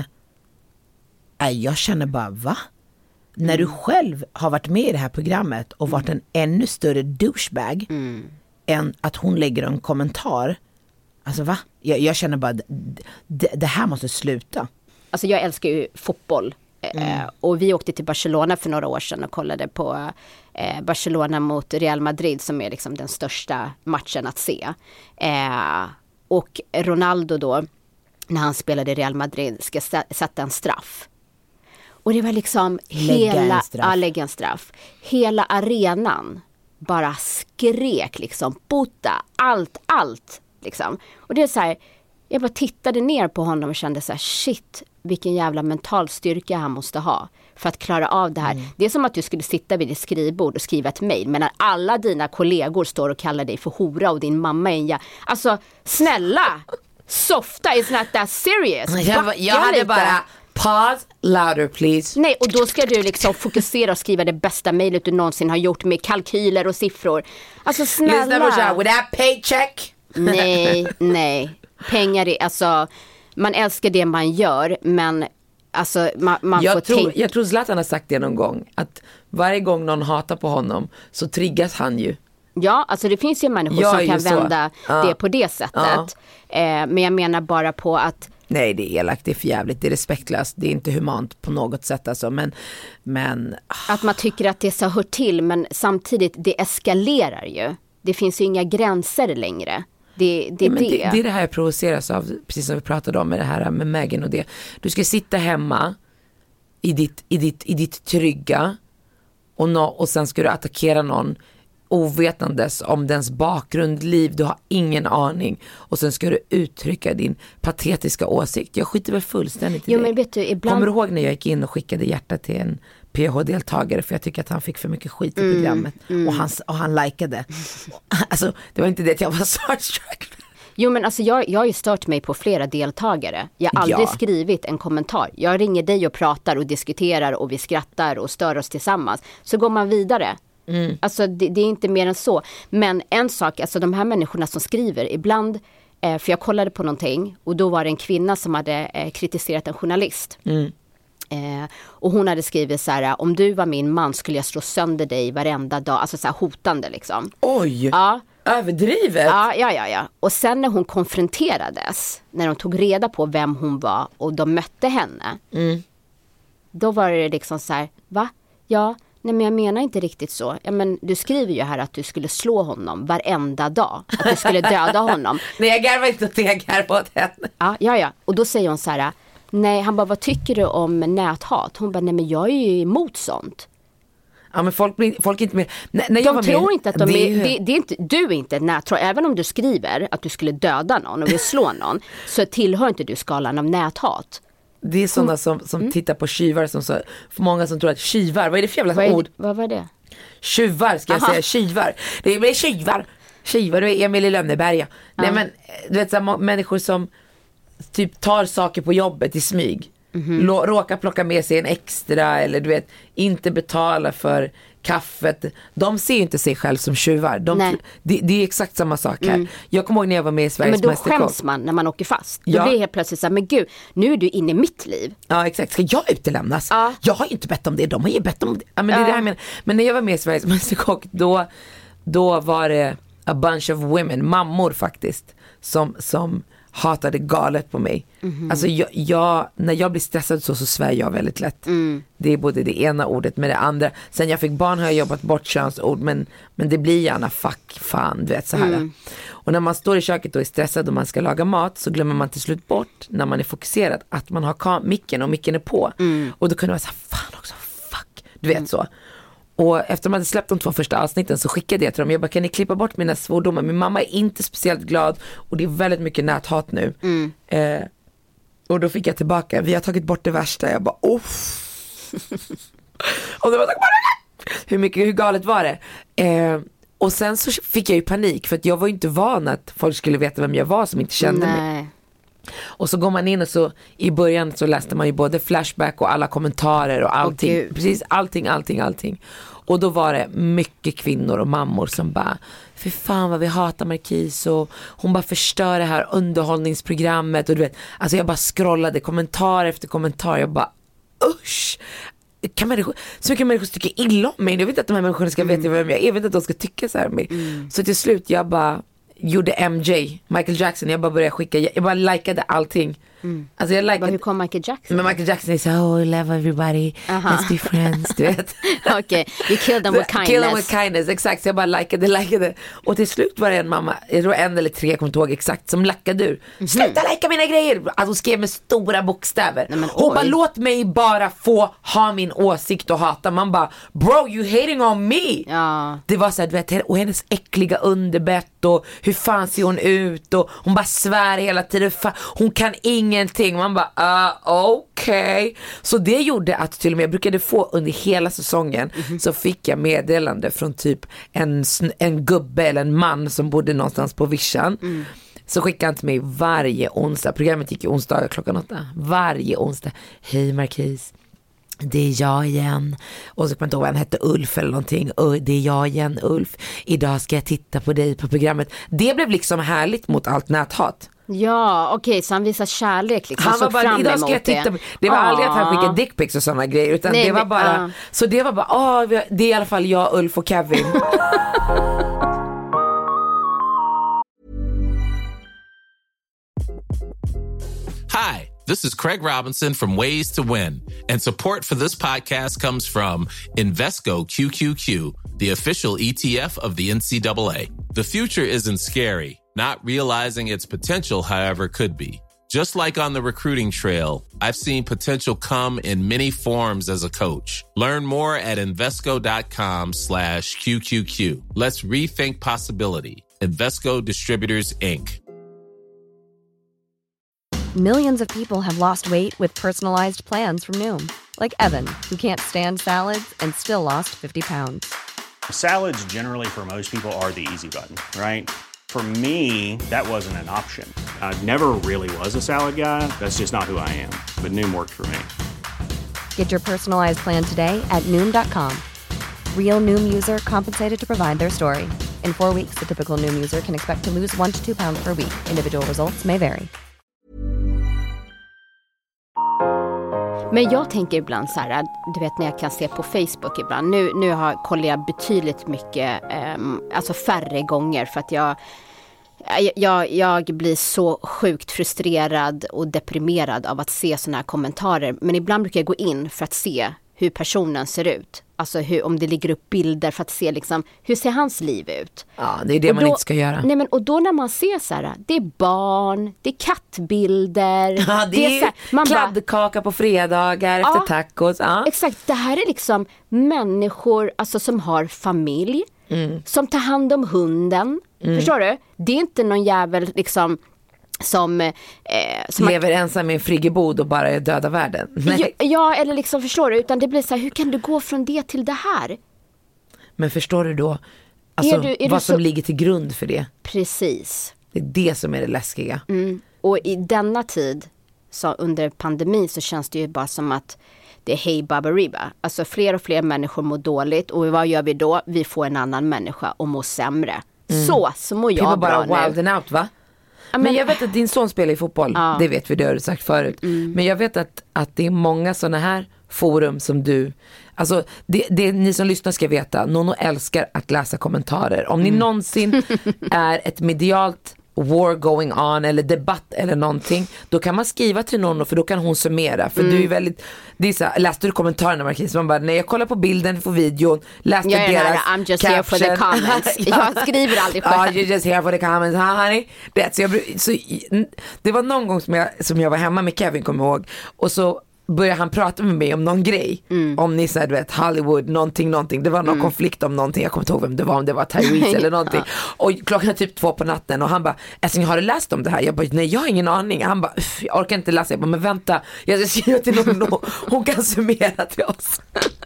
jag känner bara, va? När du själv har varit med i det här programmet och varit en ännu större douchebag än att hon lägger en kommentar. Alltså va? Jag känner bara, det här måste sluta. Alltså jag älskar ju fotboll. Och vi åkte till Barcelona för några år sedan och kollade på Barcelona mot Real Madrid som är liksom den största matchen att se. Och Ronaldo då, när han spelade i Real Madrid, ska sätta en straff. Och det var liksom lägga en straff. Hela arenan bara skrek liksom, bota, allt liksom. Och det är så här, jag bara tittade ner på honom och kände så här, shit, vilken jävla mental styrka han måste ha för att klara av det här. Det är som att du skulle sitta vid ditt skrivbord och skriva ett mejl, men när alla dina kollegor står och kallar dig för hora och din mamma är en alltså, snälla, softa, it's not that serious. Jag hade bara, pause, louder please. Nej, och då ska du liksom fokusera och skriva det bästa mejlet du någonsin har gjort med kalkyler och siffror. Alltså snälla. With that paycheck. Nej. Pengar är, alltså, man älskar det man gör, men alltså man jag tror Zlatan har sagt det någon gång, att varje gång någon hatar på honom så triggas han ju. Ja, alltså det finns ju människor som kan vända det på det sättet. Men jag menar bara på att nej, det är elakt, det är förjävligt, det är respektlöst, det är inte humant på något sätt alltså, men att man tycker att det så hör till, men samtidigt det eskalerar ju. Det finns ju inga gränser längre. Det är det här jag provoceras av, precis som vi pratade om med det här med Meghan och det. Du ska sitta hemma i ditt trygga och sen ska du attackera någon ovetandes om dens bakgrund, liv, du har ingen aning, och sen ska du uttrycka din patetiska åsikt. Jag skiter väl fullständigt i det. Men vet du, ibland... Kommer du ihåg när jag gick in och skickade hjärta till en PH-deltagare för jag tycker att han fick för mycket skit i programmet och han likade. Alltså, det var inte det att jag var starstruck. Jo, men alltså jag har ju stört mig på flera deltagare. Jag har aldrig skrivit en kommentar. Jag ringer dig och pratar och diskuterar och vi skrattar och stör oss tillsammans. Så går man vidare. Alltså det är inte mer än så. Men en sak, alltså de här människorna som skriver ibland, för jag kollade på någonting och då var det en kvinna som hade kritiserat en journalist. Och hon hade skrivit så här: om du var min man skulle jag slå sönder dig varenda dag. Alltså så här hotande liksom. Oj, ja. Överdrivet. Ja. Och sen när hon konfronterades, när de tog reda på vem hon var och de mötte henne, då var det liksom så här, va? Ja, nej men jag menar inte riktigt så. Ja, men du skriver ju här att du skulle slå honom varenda dag. Att du skulle döda honom. Nej, jag garvar inte åt det, jag garvar åt henne. Ja. Och då säger hon så här, nej, han bara, vad tycker du om näthat? Hon bara, nej men jag är ju emot sånt. Ja, men folk är inte mer... De tror inte att det är inte, du är inte näthat. Även om du skriver att du skulle döda någon och vill slå någon, så tillhör inte du skalan av näthat. Det är sådana som tittar på tjuvar, som så, för många som tror att tjuvar, vad är det för jävla ord? Vad var det? Tjuvar ska jag säga, tjuvar. Det blir tjuvar, det är Emil i Lönneberga. Nej, men du vet så här, människor som typ tar saker på jobbet i smyg. Råkar plocka med sig en extra, eller du vet, inte betala för kaffet. De ser ju inte sig själv som tjuvar. Det är exakt samma sak här. Jag kommer ihåg när jag var med i Sveriges Mästerkock. Men då skäms man när man åker fast. Då blir helt plötsligt så här, men gud, nu är du inne i mitt liv. Ja, exakt. Ska jag utelämnas? Jag har ju inte bett om det, de har ju bett om det. Ja, men det är det här med. Men när jag var med i Sveriges Mästerkock, då var det a bunch of women, mammor faktiskt, som hatade galet på mig. Alltså jag, när jag blir stressad så svär jag väldigt lätt. Det är både det ena ordet med det andra. Sen jag fick barn har jag jobbat bort könsord, men det blir gärna fuck, fan, du vet så här. Och när man står i köket och är stressad och man ska laga mat, så glömmer man till slut bort, när man är fokuserad, att man har micken och micken är på. Och då kunde man säga fan också, fuck, du vet så. Och efter att man hade släppt de 2 första avsnitten så skickade jag till dem. Jag bara, kan ni klippa bort mina svordomar? Min mamma är inte speciellt glad och det är väldigt mycket näthat nu. Och då fick jag tillbaka, vi har tagit bort det värsta. Jag bara, och det var hur galet var det? Och sen så fick jag ju panik, för att jag var ju inte van att folk skulle veta vem jag var som inte kände mig. Och så går man in och så i början så läste man ju både Flashback och alla kommentarer och allting. Precis allting. Och då var det mycket kvinnor och mammor som bara, för fan vad vi hatar Marquis, och hon bara förstör det här underhållningsprogrammet. Och du vet, alltså jag bara scrollade kommentar efter kommentar. Jag bara, usch. Så mycket människor tycker illa om mig. Jag vet inte att de här människorna ska veta vem jag är. Jag vet inte att de ska tycka så här om mig. Så till slut jag bara gjorde Michael Jackson. Jag bara började skicka, jag bara likade allting. Alltså jag likade. Hur kom Michael Jackson? Men Michael Jackson är så, oh, I love everybody, let's be friends, du vet. Okej, you kill them with kindness. Kill them with kindness, exakt. Så jag bara likade. Och till slut var det en mamma, jag tror 1 eller 3, jag kommer inte ihåg exakt, som lackade ur. Sluta lika mina grejer! Alltså hon skrev med stora bokstäver. Hon bara, låt mig bara få ha min åsikt och hata. Man bara, bro, you hating on me. Ja. Det var så här, du vet, och hennes äckliga underbett och hur fan ser hon ut, och hon bara svär hela tiden, hon kan ingenting. Man bara, okej. Så det gjorde att till och med jag brukade få under hela säsongen så fick jag meddelande från typ en gubbe eller en man som bodde någonstans på Vischan. Så skickade han till mig varje onsdag. Programmet gick ju onsdagar 8:00. Varje onsdag. Hej Marquis, det är jag igen. Och så kan man inte ihåg, han hette Ulf eller någonting. Det är jag igen, Ulf. Idag ska jag titta på dig på programmet. Det blev liksom härligt mot allt näthat. Ja, okej, så han visar kärlek liksom. Han var bara, idag ska jag titta på. Det var aldrig att han skickade dickpics och sådana grejer, utan nej, det var bara så det var bara, det är i alla fall jag, Ulf och Kevin. Hi, this is Craig Robinson from Ways to Win, and support for this podcast comes from Invesco QQQ, the official ETF of the NCAA. The future isn't scary. Not realizing its potential, however, could be. Just like on the recruiting trail, I've seen potential come in many forms as a coach. Learn more at Invesco.com/QQQ. Let's rethink possibility. Invesco Distributors, Inc. Millions of people have lost weight with personalized plans from Noom. Like Evan, who can't stand salads and still lost 50 pounds. Salads generally for most people are the easy button, right? For me, that wasn't an option. I never really was a salad guy. That's just not who I am. But Noom worked for me. Get your personalized plan today at Noom.com. Real Noom user compensated to provide their story. In 4 weeks, the typical Noom user can expect to lose 1 to 2 pounds per week. Individual results may vary. Men jag tänker ibland så här, du vet när jag kan se på Facebook ibland. Nu kollar jag betydligt mycket, alltså färre gånger, för att jag blir så sjukt frustrerad och deprimerad av att se såna här kommentarer. Men ibland brukar jag gå in för att se hur personen ser ut. Alltså om det ligger upp bilder för att se liksom, hur ser hans liv ut. Ja, det är det man inte ska göra. Nej, men, och då när man ser så här, det är barn, det är kattbilder. Ja, det är så här, man kladdkaka på fredagar efter tacos. Ja. Exakt, det här är liksom människor alltså, som har familj, som tar hand om hunden. Förstår du? Det är inte någon jävel liksom som lever ensam i en friggebod och bara är döda världen. Ja, eller liksom, förstår du, utan det blir så här, hur kan du gå från det till det här? Men förstår du då alltså, vad som ligger till grund för det? Precis. Det är det som är det läskiga. Och i denna tid, så under pandemin, så känns det ju bara som att det är hej baberiba. Alltså fler och fler människor mår dåligt, och vad gör vi då? Vi får en annan människa och mår sämre. Så mår jag bra bara nu. Wild and out, va? Men jag vet att din son spelar i fotboll. Det vet vi, det har du sagt förut. Men jag vet att det är många sådana här forum som du. Alltså det ni som lyssnar ska veta, Nono älskar att läsa kommentarer. Om ni någonsin är ett medialt war going on eller debatt eller någonting, då kan man skriva till någon för då kan hon summera, för du är väldigt, det är så här, läste du kommentarerna Marquis, man bara, när jag kollar på bilden på videon, läste jag är deras nära, I'm just here for the comments. Jag skriver aldrig själv. Ja, you're just here for the comments, honey. Det var någon gång som jag var hemma med Kevin, kommer jag ihåg, och så började han prata med mig om någon grej, om ni säger, du vet, Hollywood, någonting, det var någon konflikt om någonting, jag kommer inte ihåg vem det var, om det var Tyrese eller någonting, och klockan är typ 2 på natten och han bara, har du läst om det här? Jag bara, nej, jag har ingen aning. Han bara, jag orkar inte läsa. Jag bara, men vänta, jag ska skriva till någon, hon kan summera till oss.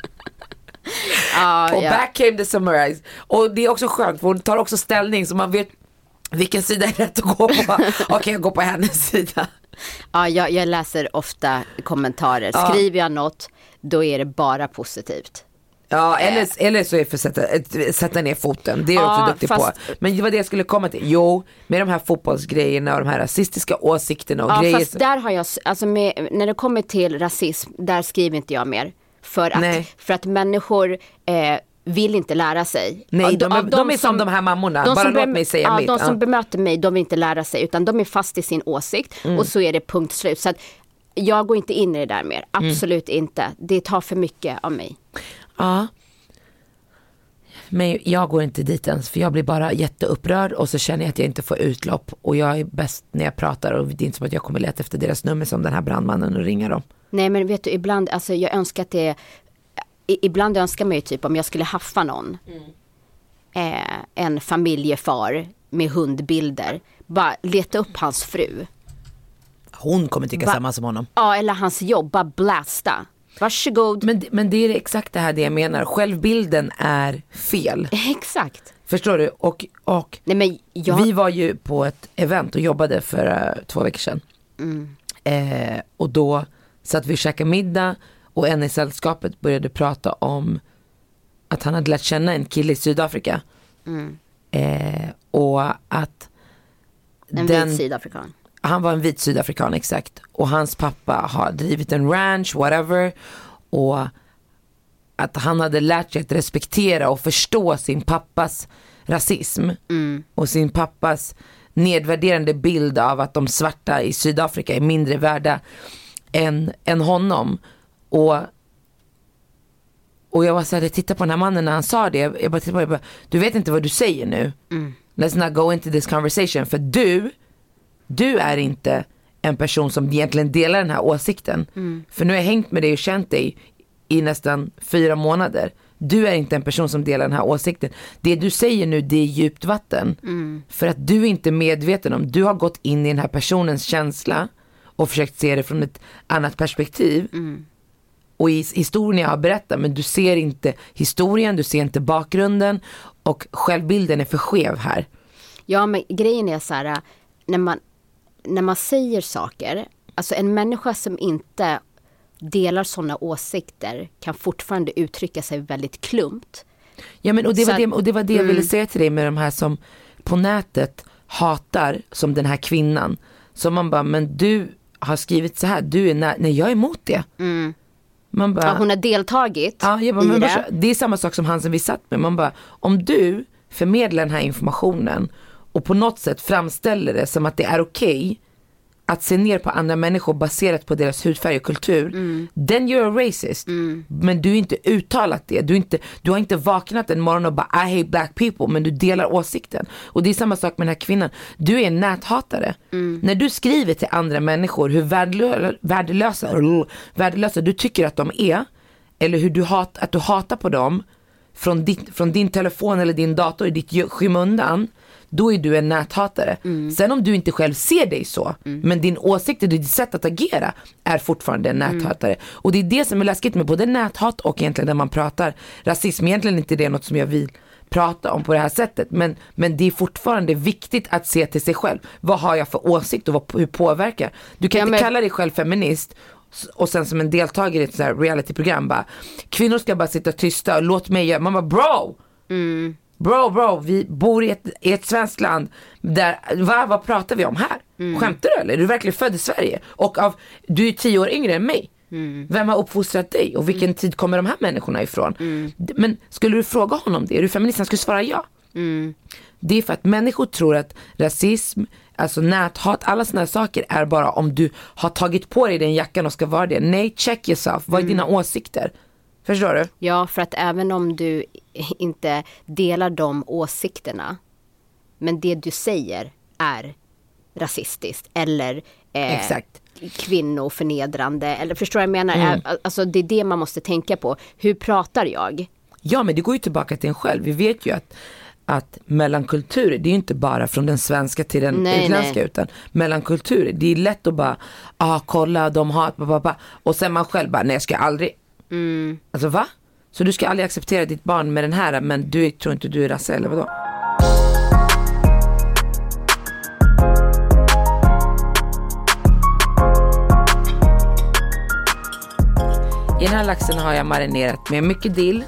Och back came the summarize. Och det är också skönt, för hon tar också ställning så man vet vilken sida är rätt att gå på. Okej, jag går på hennes sida. Ja, jag läser ofta kommentarer. Skriver jag något, då är det bara positivt. Ja, eller så är det för att sätta ner foten. Det är jag också duktig på. Men det var det jag skulle komma till. Jo, med de här fotbollsgrejerna och de här rasistiska åsikterna och grejer. Fast där har jag, alltså när det kommer till rasism, där skriver inte jag mer. För att människor vill inte lära sig. Nej, de är som de här mammorna. Bara låt mig säga mitt. De som bemöter mig, de vill inte lära sig, utan de är fast i sin åsikt. Och så är det punkt slut. Så att jag går inte in i det där mer. Absolut inte. Det tar för mycket av mig. Ja. Men jag går inte dit ens, för jag blir bara jätteupprörd och så känner jag att jag inte får utlopp, och jag är bäst när jag pratar, och det är inte som att jag kommer leta efter deras nummer som den här brandmannen och ringa dem. Nej, men vet du, ibland, alltså jag önskar att ibland önskar man ju typ om jag skulle haffa någon, en familjefar med hundbilder, bara leta upp hans fru. Hon kommer tycka samma som honom. Ja, eller hans jobb, bara blasta. Varsågod. Men det är exakt det här det jag menar. Självbilden är fel. Exakt. Förstår du? Och nej, men vi var ju på ett event och jobbade för 2 veckor sedan. Och då satt vi och käkade middag, och en i sällskapet började prata om att han hade lärt känna en kille i Sydafrika. Och att vit sydafrikan. Han var en vit sydafrikan, exakt. Och hans pappa har drivit en ranch, whatever. Och att han hade lärt sig att respektera och förstå sin pappas rasism. Och sin pappas nedvärderande bild av att de svarta i Sydafrika är mindre värda än honom. Och jag var så här, titta på den här mannen när han sa det. Jag bara, du vet inte vad du säger nu. Let's not go into this conversation. För du är inte en person som egentligen delar den här åsikten. För nu har jag hängt med dig och känt dig i nästan 4 månader. Du är inte en person som delar den här åsikten. Det du säger nu, det är djupt vatten. För att du är inte medveten om, du har gått in i den här personens känsla och försökt se det från ett annat perspektiv. Och i historien jag har berättat, men du ser inte historien, du ser inte bakgrunden, och självbilden är för skev här. Ja, men grejen är så här, när man säger saker, alltså en människa som inte delar sådana åsikter kan fortfarande uttrycka sig väldigt klumpt. Ja, men och det var det jag ville säga till dig med de här som på nätet hatar, som den här kvinnan. Så man bara, men du har skrivit så här, du är nej, jag är emot det. Man bara, hon har deltagit i det. Det är samma sak som han som vi satt med. Man bara, om du förmedlar den här informationen och på något sätt framställer det som att det är okej att se ner på andra människor baserat på deras hudfärg och kultur, then you're a racist. Men du är inte uttalat det. Du har inte vaknat en morgon och bara, I hate black people, men du delar åsikten. Och det är samma sak med den här kvinnan. Du är en näthatare. När du skriver till andra människor hur värdelösa du tycker att de är, eller hur att du hatar på dem från din telefon eller din dator i ditt skymundan, då är du en näthatare. Sen om du inte själv ser dig så, men din åsikt och ditt sätt att agera är fortfarande en näthatare. Och det är det som är läskigt med både näthat och egentligen när man pratar rasism. Egentligen inte det är något som jag vill prata om på det här sättet, men det är fortfarande viktigt att se till sig själv. Vad har jag för åsikt och hur påverkar? Du kan inte kalla dig själv feminist och sen som en deltagare i ett så här realityprogram bara, kvinnor ska bara sitta tysta och låt mig göra. Man bara, bro, vi bor i ett svenskt land där, vad pratar vi om här? Skämtar du eller? Är du verkligen född i Sverige? Och du är 10 år yngre än mig. Vem har uppfostrat dig? Och vilken tid kommer de här människorna ifrån? Men skulle du fråga honom det? Är du feminist? Han skulle svara ja. Det är för att människor tror att rasism, alltså näthat, alla såna här saker är bara om du har tagit på dig den jackan och ska vara det. Nej, check yourself. Vad är dina åsikter? Förstår du? Ja, för att även om du inte delar de åsikterna, men det du säger är rasistiskt eller Exakt. kvinnoförnedrande, eller förstår jag menar? Alltså det är det man måste tänka på. Hur pratar jag? Ja, men det går ju tillbaka till en själv. Vi vet ju att mellankulturer, det är ju inte bara från den svenska till den utländska, utan mellankulturer, det är lätt att bara kolla, de hat, och sen man själv bara, nej jag ska aldrig. Alltså va? Så du ska aldrig acceptera ditt barn med den här, men du tror inte du är rasse, eller vadå? I den här laxen har jag marinerat med mycket dill,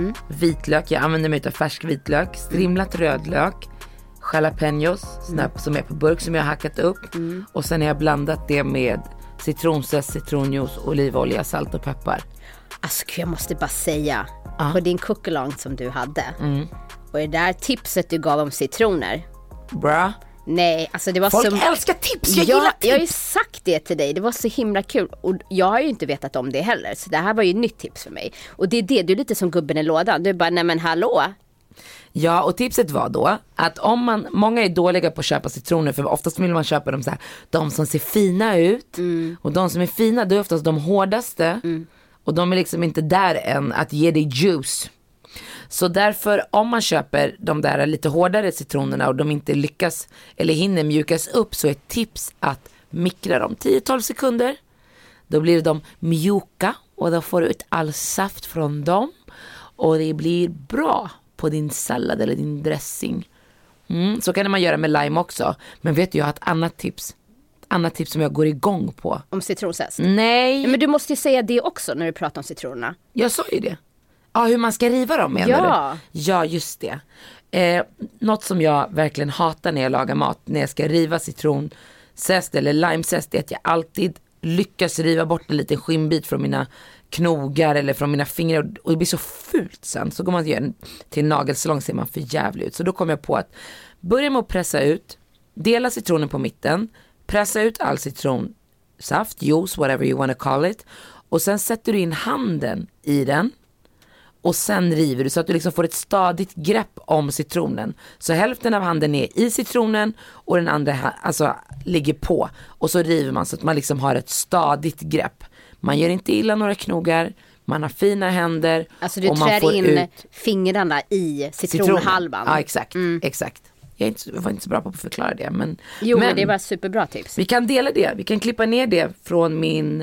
vitlök, jag använder mig av färsk vitlök, strimlat rödlök, jalapenos som är på burk som jag har hackat upp, och sen har jag blandat det med citronzest, citronjuice, olivolja, salt och peppar. Alltså jag måste bara säga, på din cookalong som du hade, och det där tipset du gav om citroner. Bra. Nej, alltså det var folk älskar tips, jag gillar tips. Jag har ju sagt det till dig, det var så himla kul. Och jag har ju inte vetat om det heller, så det här var ju ett nytt tips för mig. Och det är det, du är lite som gubben i lådan. Du bara, nej men hallå. Ja, och tipset var då att många är dåliga på att köpa citroner, för oftast vill man köpa dem så här, de som ser fina ut, och de som är fina, det är oftast de hårdaste, och de är liksom inte där än att ge dig juice. Så därför, om man köper de där lite hårdare citronerna och de inte lyckas eller hinner mjukas upp, så är ett tips att mikra dem 10-12 sekunder. Då blir de mjuka och då får du ut all saft från dem, och det blir bra på din sallad eller din dressing. Så kan man göra med lime också. Men vet du, jag har ett annat tips som jag går igång på. Om citronzest? Nej. Men du måste ju säga det också när du pratar om citronerna. Jag sa ju det. Ja, hur man ska riva dem, menar du? Ja, just det. Något som jag verkligen hatar när jag lagar mat, när jag ska riva citronzest eller limezest, är att jag alltid lyckas riva bort en liten skinnbit från mina knogar eller från mina fingrar, och det blir så fult sen. Så går man till en nagelsalong, ser man för jävligt ut. Så då kom jag på att börja med att pressa ut, dela citronen på mitten, pressa ut all citronsaft, juice, whatever you want to call it, och sen sätter du in handen i den. Och sen river du så att du liksom får ett stadigt grepp om citronen. Så hälften av handen är i citronen och den andra ligger på. Och så river man så att man liksom har ett stadigt grepp. Man gör inte illa några knogar, man har fina händer. Alltså du trär in fingrarna i citronhalvan. Ja, exakt. Exakt. Jag var inte så bra på att förklara det. Men det var superbra tips. Vi kan dela det, vi kan klippa ner det från min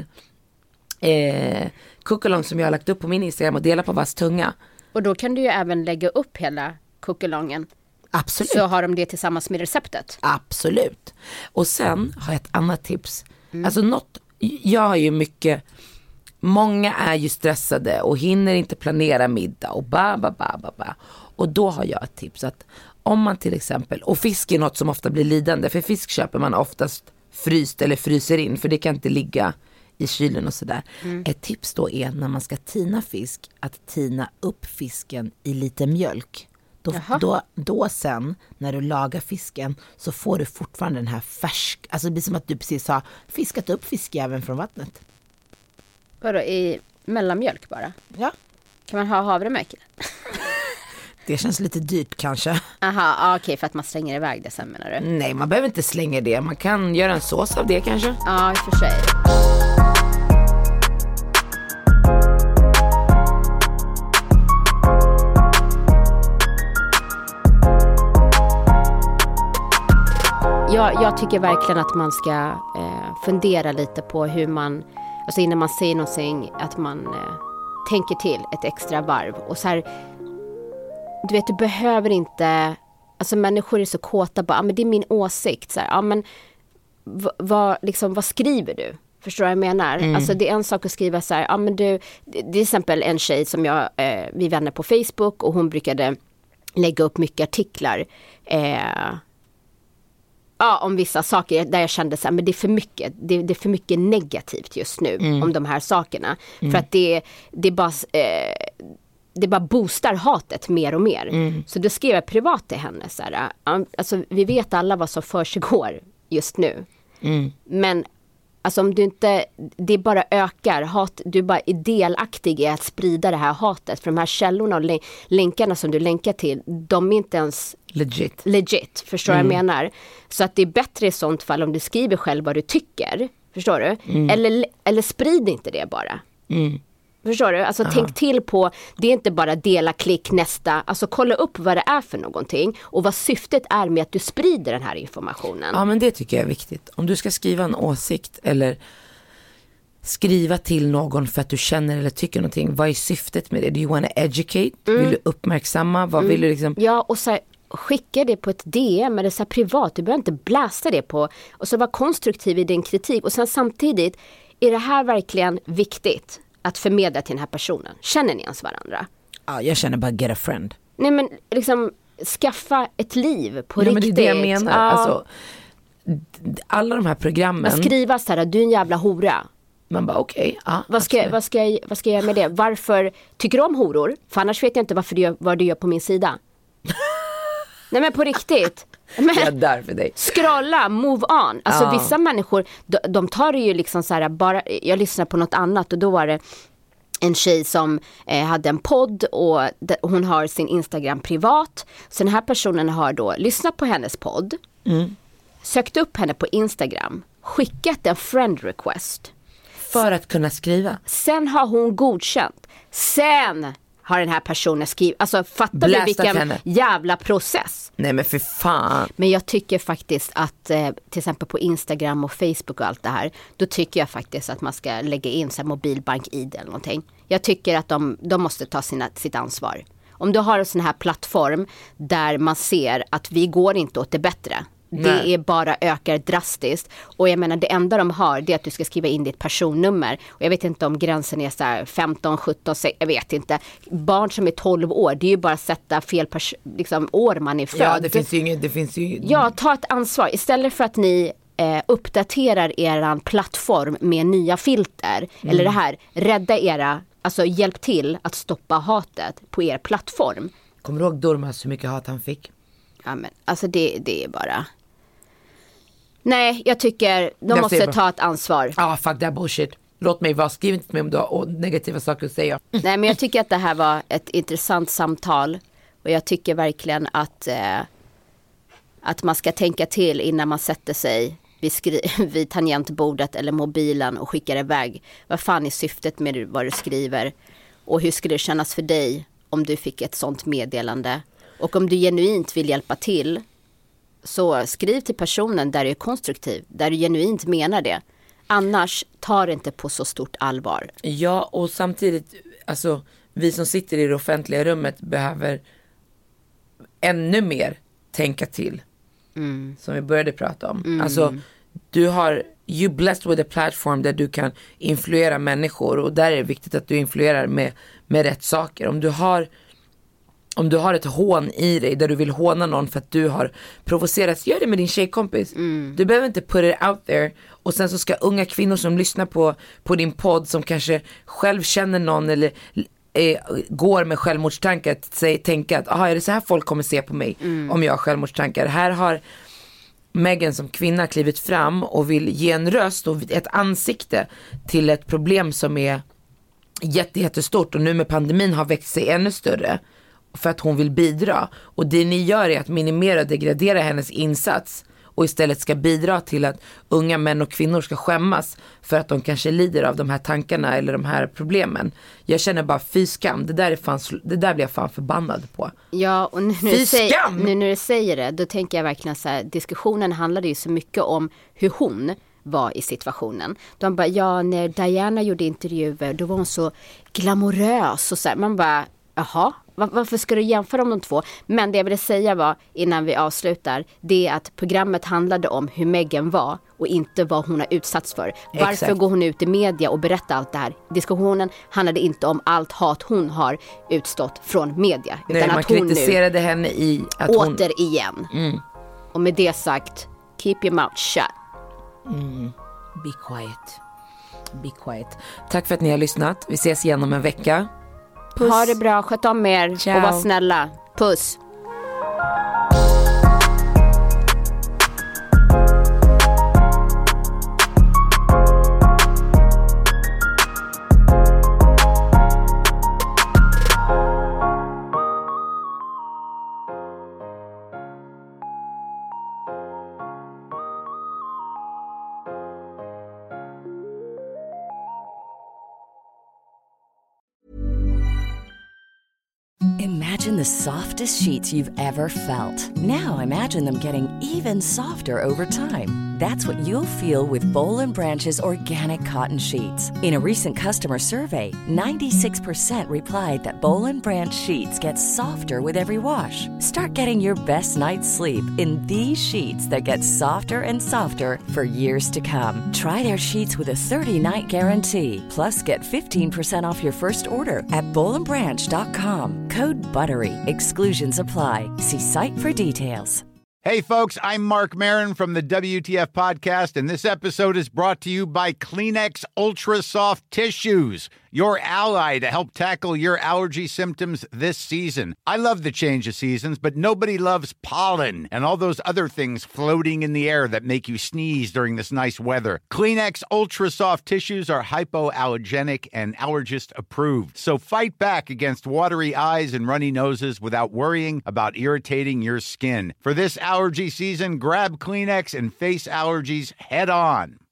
cookalong som jag har lagt upp på min Instagram och dela på vass tunga. Och då kan du ju även lägga upp hela cookalongen. Absolut. Så har de det tillsammans med receptet. Absolut. Och sen har jag ett annat tips. Alltså jag har ju många är ju stressade och hinner inte planera middag och Och då har jag ett tips att om man till exempel, och fisk är något som ofta blir lidande, för fisk köper man oftast fryst eller fryser in, för det kan inte ligga i kylen och sådär. Ett tips då är när man ska tina fisk, att tina upp fisken i lite mjölk. Då sen när du lagar fisken så får du fortfarande den här färsk, alltså det blir som att du precis har fiskat upp fiskjäveln från vattnet. Vadå, i mellanmjölk bara? Ja. Kan man ha havremjölk? Det känns lite dyrt kanske. Aha, okej, för att man slänger iväg det sen, menar du? Nej, man behöver inte slänga det. Man kan göra en sås av det kanske. Ja, i och för sig. Jag tycker verkligen att man ska fundera lite på hur man, alltså innan man säger någonting, att man tänker till ett extra varv. Och så här, du vet, du behöver inte, alltså människor är så kåta på, men det är min åsikt. Så här, men vad skriver du? Förstår du vad jag menar? Alltså det är en sak att skriva så här, men det är till exempel en tjej som vi vänner på Facebook, och hon brukade lägga upp mycket artiklar om vissa saker där jag kände så här, men det är för mycket. Det är för mycket negativt just nu om de här sakerna. För att det är bara det bara boostar hatet mer och mer. Så då skrev jag privat till henne så här, alltså vi vet alla vad som försiggår just nu. Men alltså om du inte, det bara ökar hat, du bara är delaktig i att sprida det här hatet, för de här källorna och länkarna som du länkar till, de är inte ens legit, förstår jag menar? Så att det är bättre i sånt fall om du skriver själv vad du tycker, förstår du? Eller sprid inte det bara. Förstår du? Alltså tänk till på, det är inte bara dela, klick, nästa. Alltså kolla upp vad det är för någonting och vad syftet är med att du sprider den här informationen. Ja, men det tycker jag är viktigt. Om du ska skriva en åsikt eller skriva till någon för att du känner eller tycker någonting, vad är syftet med det? Do you want to educate? Vill du uppmärksamma? Vad vill du liksom? Ja, och så här, skicka det på ett DM eller så här privat. Du behöver inte blästa det på. Och så vara konstruktiv i din kritik. Och sen samtidigt, är det här verkligen viktigt att förmedla till den här personen? Känner ni ens varandra? Ja, jag känner bara get a friend. Nej, men liksom skaffa ett liv på riktigt. Men det är det jag menar. Alltså, alla de här programmen. Man skriva så här, du är en jävla hora. Man bara okej. Vad ska jag göra med det? Varför tycker du om horor? För annars vet jag inte vad du gör på min sida. Nej, men på riktigt. Men, jag är där för dig. Scrolla, move on. Alltså vissa människor, de tar det ju liksom så här, bara, jag lyssnade på något annat och då var det en tjej som hade en podd och hon har sin Instagram privat. Så den här personen har då lyssnat på hennes podd, sökt upp henne på Instagram, skickat en friend request. För att kunna skriva. Sen har hon godkänt. Sen har den här personen skrivit. Alltså fattar du vilken jävla process? Nej, men för fan. Men jag tycker faktiskt att till exempel på Instagram och Facebook och allt det här, då tycker jag faktiskt att man ska lägga in så här mobilbank-id eller någonting. Jag tycker att de måste ta sitt ansvar. Om du har en sån här plattform där man ser att vi går inte åt det bättre. Det är bara ökar drastiskt. Och jag menar, det enda de har, det är att du ska skriva in ditt personnummer. Och jag vet inte om gränsen är så här 15, 17, 16, jag vet inte. Barn som är 12 år, det är ju bara att sätta fel liksom, år man är född. Ja, det finns ju. Ja, ta ett ansvar. Istället för att ni uppdaterar eran plattform med nya filter. Eller det här, rädda era, alltså hjälp till att stoppa hatet på er plattform. Kommer du ihåg Dormas hur mycket hat han fick? Ja, men alltså det är bara... Nej, jag tycker de måste ta ett ansvar. Fuck that bullshit. Låt mig vara, skriv inte med om du har negativa saker att säga. Nej, men jag tycker att det här var ett intressant samtal. Och jag tycker verkligen att man ska tänka till innan man sätter sig vid tangentbordet eller mobilen och skickar iväg. Vad fan är syftet med vad du skriver? Och hur skulle det kännas för dig om du fick ett sånt meddelande? Och om du genuint vill hjälpa till, så skriv till personen där du är konstruktiv, där du genuint menar det. Annars tar det inte på så stort allvar. Ja, och samtidigt, alltså vi som sitter i det offentliga rummet behöver ännu mer tänka till. Som vi började prata om. Alltså, you blessed with a platform där du kan influera människor, och där är det viktigt att du influerar med rätt saker. Om du har ett hån i dig där du vill håna någon för att du har provocerats, gör det med din tjejkompis. Du behöver inte put it out there. Och sen så ska unga kvinnor som lyssnar på din podd, som kanske själv känner någon eller går med självmordstankar, tänka att är det så här folk kommer se på mig om jag har självmordstankar. Här har Megan som kvinna klivit fram och vill ge en röst och ett ansikte till ett problem som är jättestort, och nu med pandemin har växt sig ännu större. För att hon vill bidra. Och det ni gör är att minimera och degradera hennes insats. Och istället ska bidra till att unga män och kvinnor ska skämmas för att de kanske lider av de här tankarna eller de här problemen. Jag känner bara fyskam. Det där blir jag fan förbannad på. Ja, och nu när du säger det, då tänker jag verkligen så här, diskussionen handlade ju så mycket om hur hon var i situationen. De bara, när Diana gjorde intervjuer, då var hon så glamorös och så här. Man bara, jaha, varför ska du jämföra de två? Men det jag ville säga var, innan vi avslutar, det är att programmet handlade om hur Megan var och inte vad hon har utsatts för. Varför går hon ut i media och berättar allt det här? Diskussionen handlade inte om allt hat hon har utstått från media. Nej, utan man att hon kritiserade henne i att återigen. Och med det sagt, keep your mouth shut. Be quiet. Tack för att ni har lyssnat. Vi ses igen om en vecka. Puss. Ha det bra, sköt om er. Ciao. Och var snälla. Puss. Imagine the softest sheets you've ever felt. Now imagine them getting even softer over time. That's what you'll feel with Boll & Branch's organic cotton sheets. In a recent customer survey, 96% replied that Boll & Branch sheets get softer with every wash. Start getting your best night's sleep in these sheets that get softer and softer for years to come. Try their sheets with a 30-night guarantee. Plus, get 15% off your first order at bollandbranch.com. Code BUTTERY. Exclusions apply. See site for details. Hey, folks, I'm Mark Maron from the WTF Podcast, and this episode is brought to you by Kleenex Ultra Soft Tissues, your ally to help tackle your allergy symptoms this season. I love the change of seasons, but nobody loves pollen and all those other things floating in the air that make you sneeze during this nice weather. Kleenex Ultra Soft Tissues are hypoallergenic and allergist approved, so fight back against watery eyes and runny noses without worrying about irritating your skin. For this allergy season, grab Kleenex and face allergies head on.